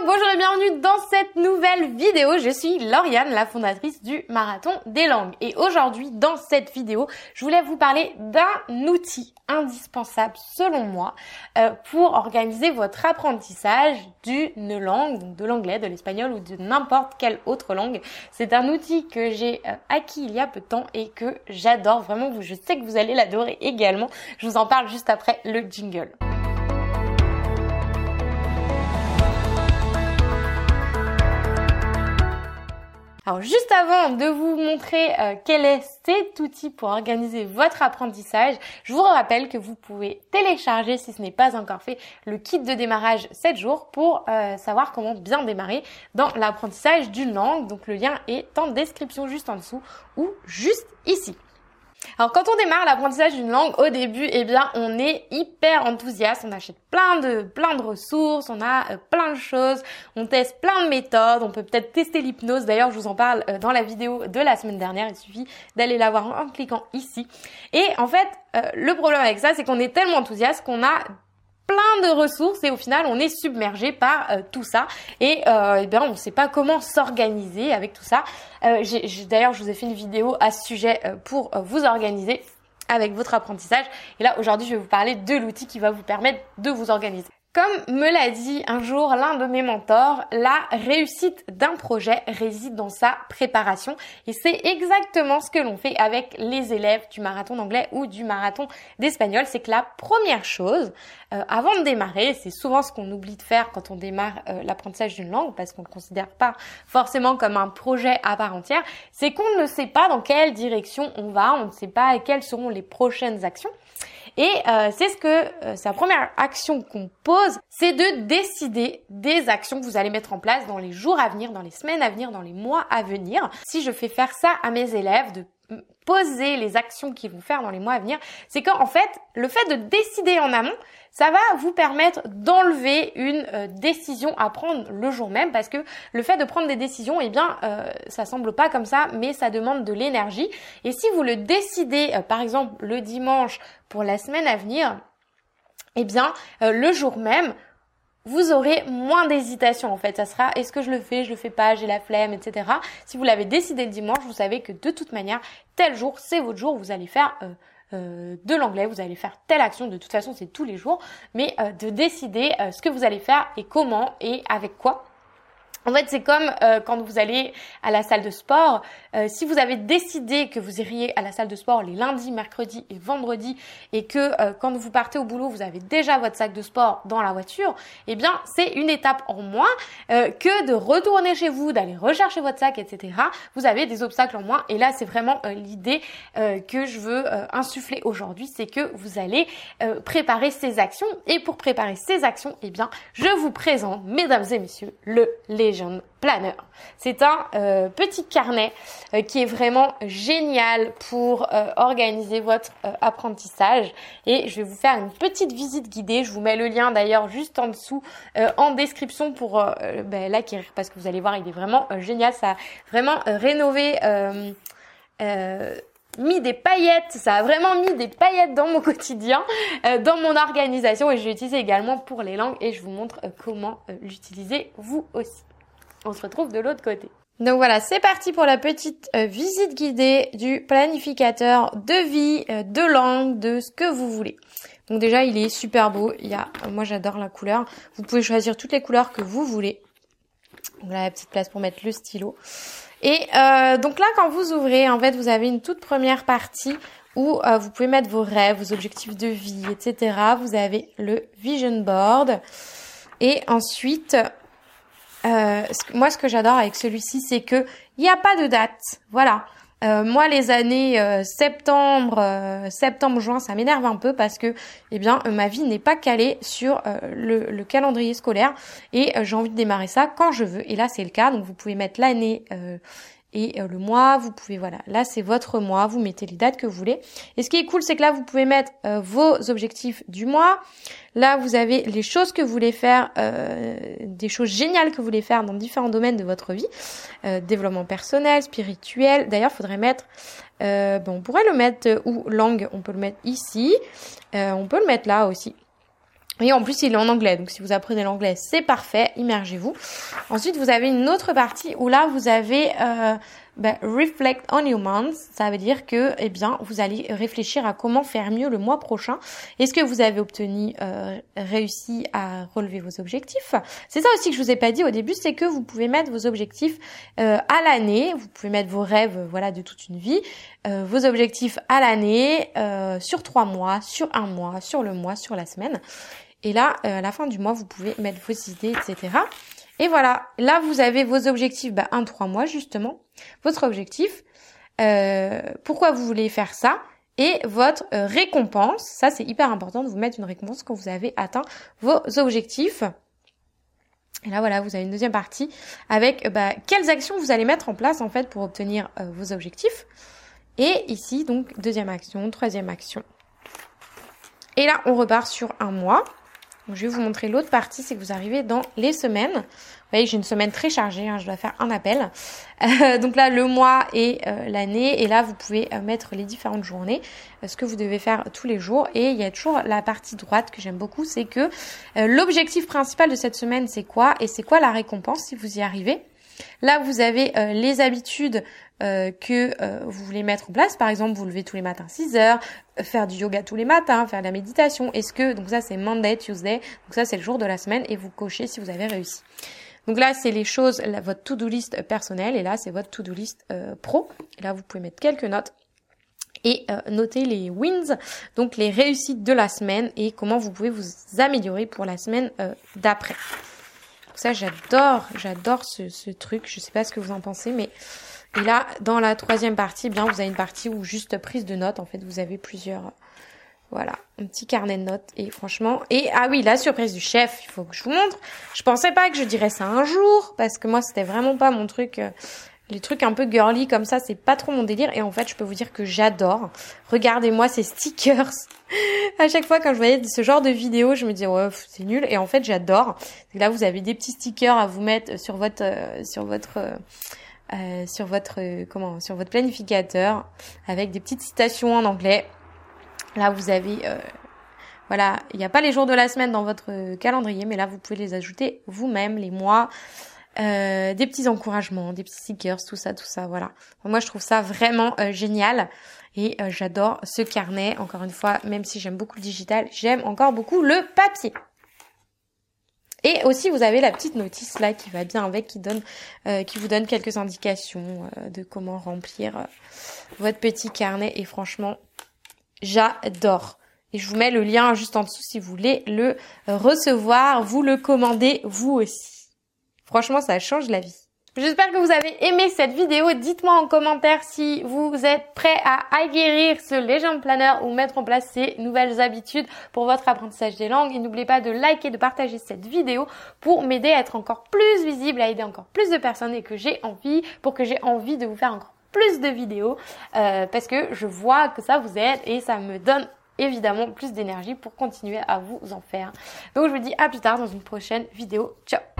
Bonjour et bienvenue dans cette nouvelle vidéo. Je suis Lauriane, la fondatrice du Marathon des Langues. Et aujourd'hui, dans cette vidéo, je voulais vous parler d'un outil indispensable, selon moi, pour organiser votre apprentissage d'une langue, donc de l'anglais, de l'espagnol ou de n'importe quelle autre langue. C'est un outil que j'ai acquis il y a peu de temps et que j'adore. Vraiment, je sais que vous allez l'adorer également. Je vous en parle juste après le jingle. Alors juste avant de vous montrer quel est cet outil pour organiser votre apprentissage, je vous rappelle que vous pouvez télécharger, si ce n'est pas encore fait, le kit de démarrage 7 jours pour savoir comment bien démarrer dans l'apprentissage d'une langue. Donc le lien est en description juste en dessous ou juste ici. Alors quand on démarre l'apprentissage d'une langue au début, eh bien on est hyper enthousiaste, on achète plein de ressources, on a plein de choses, on teste plein de méthodes, on peut peut-être tester l'hypnose. D'ailleurs, je vous en parle dans la vidéo de la semaine dernière, il suffit d'aller la voir en cliquant ici. Et en fait, le problème avec ça, c'est qu'on est tellement enthousiaste qu'on a plein de ressources et au final on est submergé par tout ça et bien on ne sait pas comment s'organiser avec tout ça. D'ailleurs je vous ai fait une vidéo à ce sujet pour vous organiser avec votre apprentissage et là aujourd'hui je vais vous parler de l'outil qui va vous permettre de vous organiser. Comme me l'a dit un jour l'un de mes mentors, la réussite d'un projet réside dans sa préparation et c'est exactement ce que l'on fait avec les élèves du marathon d'anglais ou du marathon d'espagnol. C'est que la première chose, avant de démarrer, c'est souvent ce qu'on oublie de faire quand on démarre l'apprentissage d'une langue parce qu'on ne le considère pas forcément comme un projet à part entière, c'est qu'on ne sait pas dans quelle direction on va, on ne sait pas quelles seront les prochaines actions. Et c'est la première action qu'on pose, c'est de décider des actions que vous allez mettre en place dans les jours à venir, dans les semaines à venir, dans les mois à venir. Si je fais faire ça à mes élèves, de poser les actions qu'ils vont faire dans les mois à venir, c'est qu'en fait, le fait de décider en amont, ça va vous permettre d'enlever une décision à prendre le jour même parce que le fait de prendre des décisions, eh bien, ça semble pas comme ça, mais ça demande de l'énergie. Et si vous le décidez, par exemple, le dimanche pour la semaine à venir, eh bien, le jour même, vous aurez moins d'hésitation en fait. Ça sera est-ce que je le fais pas, j'ai la flemme, etc. Si vous l'avez décidé le dimanche, vous savez que de toute manière, tel jour, c'est votre jour, vous allez faire de l'anglais, vous allez faire telle action, de toute façon c'est tous les jours, mais de décider ce que vous allez faire et comment et avec quoi. En fait, c'est comme quand vous allez à la salle de sport. Si vous avez décidé que vous iriez à la salle de sport les lundis, mercredis et vendredis et que quand vous partez au boulot, vous avez déjà votre sac de sport dans la voiture, eh bien, c'est une étape en moins que de retourner chez vous, d'aller rechercher votre sac, etc. Vous avez des obstacles en moins. Et là, c'est vraiment l'idée que je veux insuffler aujourd'hui, c'est que vous allez préparer ces actions. Et pour préparer ces actions, eh bien, je vous présente, mesdames et messieurs, le Legion Planner. C'est un petit carnet qui est vraiment génial pour organiser votre apprentissage et je vais vous faire une petite visite guidée. Je vous mets le lien d'ailleurs juste en dessous en description pour l'acquérir parce que vous allez voir, il est vraiment génial. Ça a vraiment rénové mis des paillettes, ça a vraiment mis des paillettes dans mon quotidien, dans mon organisation et je l'utilise également pour les langues et je vous montre comment l'utiliser vous aussi. On se retrouve de l'autre côté. Donc voilà, c'est parti pour la petite visite guidée du planificateur de vie, de langue, de ce que vous voulez. Donc déjà, il est super beau. Moi j'adore la couleur. Vous pouvez choisir toutes les couleurs que vous voulez. Donc là, la petite place pour mettre le stylo. Et donc là, quand vous ouvrez, en fait, vous avez une toute première partie où vous pouvez mettre vos rêves, vos objectifs de vie, etc. Vous avez le vision board. Et ensuite, moi, ce que j'adore avec celui-ci, c'est que il n'y a pas de date. Voilà. Moi, les années septembre, juin, ça m'énerve un peu parce que, eh bien, ma vie n'est pas calée sur le calendrier scolaire et j'ai envie de démarrer ça quand je veux. Et là, c'est le cas. Donc, vous pouvez mettre l'année et le mois. Vous pouvez, voilà, là, c'est votre mois. Vous mettez les dates que vous voulez. Et ce qui est cool, c'est que là, vous pouvez mettre vos objectifs du mois. Là, vous avez les choses que vous voulez faire, des choses géniales que vous voulez faire dans différents domaines de votre vie. Développement personnel, spirituel. D'ailleurs, il faudrait mettre, on pourrait le mettre où langue, on peut le mettre ici. On peut le mettre là aussi. Et en plus, il est en anglais. Donc, si vous apprenez l'anglais, c'est parfait. Immergez-vous. Ensuite, vous avez une autre partie où là, vous avez reflect on your month. Ça veut dire que, eh bien, vous allez réfléchir à comment faire mieux le mois prochain. Est-ce que vous avez réussi à relever vos objectifs? C'est ça aussi que je vous ai pas dit au début, c'est que vous pouvez mettre vos objectifs à l'année. Vous pouvez mettre vos rêves, voilà, de toute une vie. Vos objectifs à l'année, sur 3 mois, sur 1 mois, sur le mois, sur la semaine. Et là, à la fin du mois, vous pouvez mettre vos idées, etc. Et voilà, là, vous avez vos objectifs, 1-3 mois, justement. Votre objectif, pourquoi vous voulez faire ça, et votre récompense. Ça, c'est hyper important de vous mettre une récompense quand vous avez atteint vos objectifs. Et là, voilà, vous avez une deuxième partie avec quelles actions vous allez mettre en place, en fait, pour obtenir vos objectifs. Et ici, donc, deuxième action, troisième action. Et là, on repart sur 1 mois. Donc, je vais vous montrer l'autre partie, c'est que vous arrivez dans les semaines. Vous voyez, j'ai une semaine très chargée, je dois faire un appel. Donc là, le mois et l'année. Et là, vous pouvez mettre les différentes journées, ce que vous devez faire tous les jours. Et il y a toujours la partie droite que j'aime beaucoup, c'est que l'objectif principal de cette semaine, c'est quoi? Et c'est quoi la récompense si vous y arrivez? Là, vous avez les habitudes que vous voulez mettre en place. Par exemple, vous levez tous les matins 6 heures, faire du yoga tous les matins, faire de la méditation. Donc ça, c'est Monday, Tuesday. Donc ça, c'est le jour de la semaine et vous cochez si vous avez réussi. Donc là, c'est les choses, votre to-do list personnelle et là, c'est votre to-do list pro. Et là, vous pouvez mettre quelques notes et noter les wins, donc les réussites de la semaine et comment vous pouvez vous améliorer pour la semaine d'après. Ça, j'adore ce truc. Je sais pas ce que vous en pensez, mais et là, dans la troisième partie, vous avez une partie où juste prise de notes. En fait, vous avez plusieurs, voilà, un petit carnet de notes. Et franchement, ah oui, la surprise du chef, il faut que je vous montre. Je pensais pas que je dirais ça un jour, parce que moi, c'était vraiment pas mon truc. Les trucs un peu girly comme ça, c'est pas trop mon délire. Et en fait, je peux vous dire que j'adore. Regardez-moi ces stickers. À chaque fois, quand je voyais ce genre de vidéo, je me disais, ouais, c'est nul. Et en fait, j'adore. Là, vous avez des petits stickers à vous mettre sur votre planificateur avec des petites citations en anglais. Là, vous avez, voilà, il n'y a pas les jours de la semaine dans votre calendrier, mais là, vous pouvez les ajouter vous-même, les mois. Des petits encouragements, des petits stickers, tout ça, voilà. Moi, je trouve ça vraiment génial et j'adore ce carnet. Encore une fois, même si j'aime beaucoup le digital, j'aime encore beaucoup le papier. Et aussi, vous avez la petite notice là qui va bien avec, qui vous donne quelques indications de comment remplir votre petit carnet. Et franchement, j'adore. Et je vous mets le lien juste en dessous si vous voulez le recevoir, vous le commandez vous aussi. Franchement, ça change la vie. J'espère que vous avez aimé cette vidéo. Dites-moi en commentaire si vous êtes prêt à acquérir ce Legend Planner ou mettre en place ces nouvelles habitudes pour votre apprentissage des langues. Et n'oubliez pas de liker, de partager cette vidéo pour m'aider à être encore plus visible, à aider encore plus de personnes et que j'ai envie de vous faire encore plus de vidéos parce que je vois que ça vous aide et ça me donne évidemment plus d'énergie pour continuer à vous en faire. Donc je vous dis à plus tard dans une prochaine vidéo. Ciao!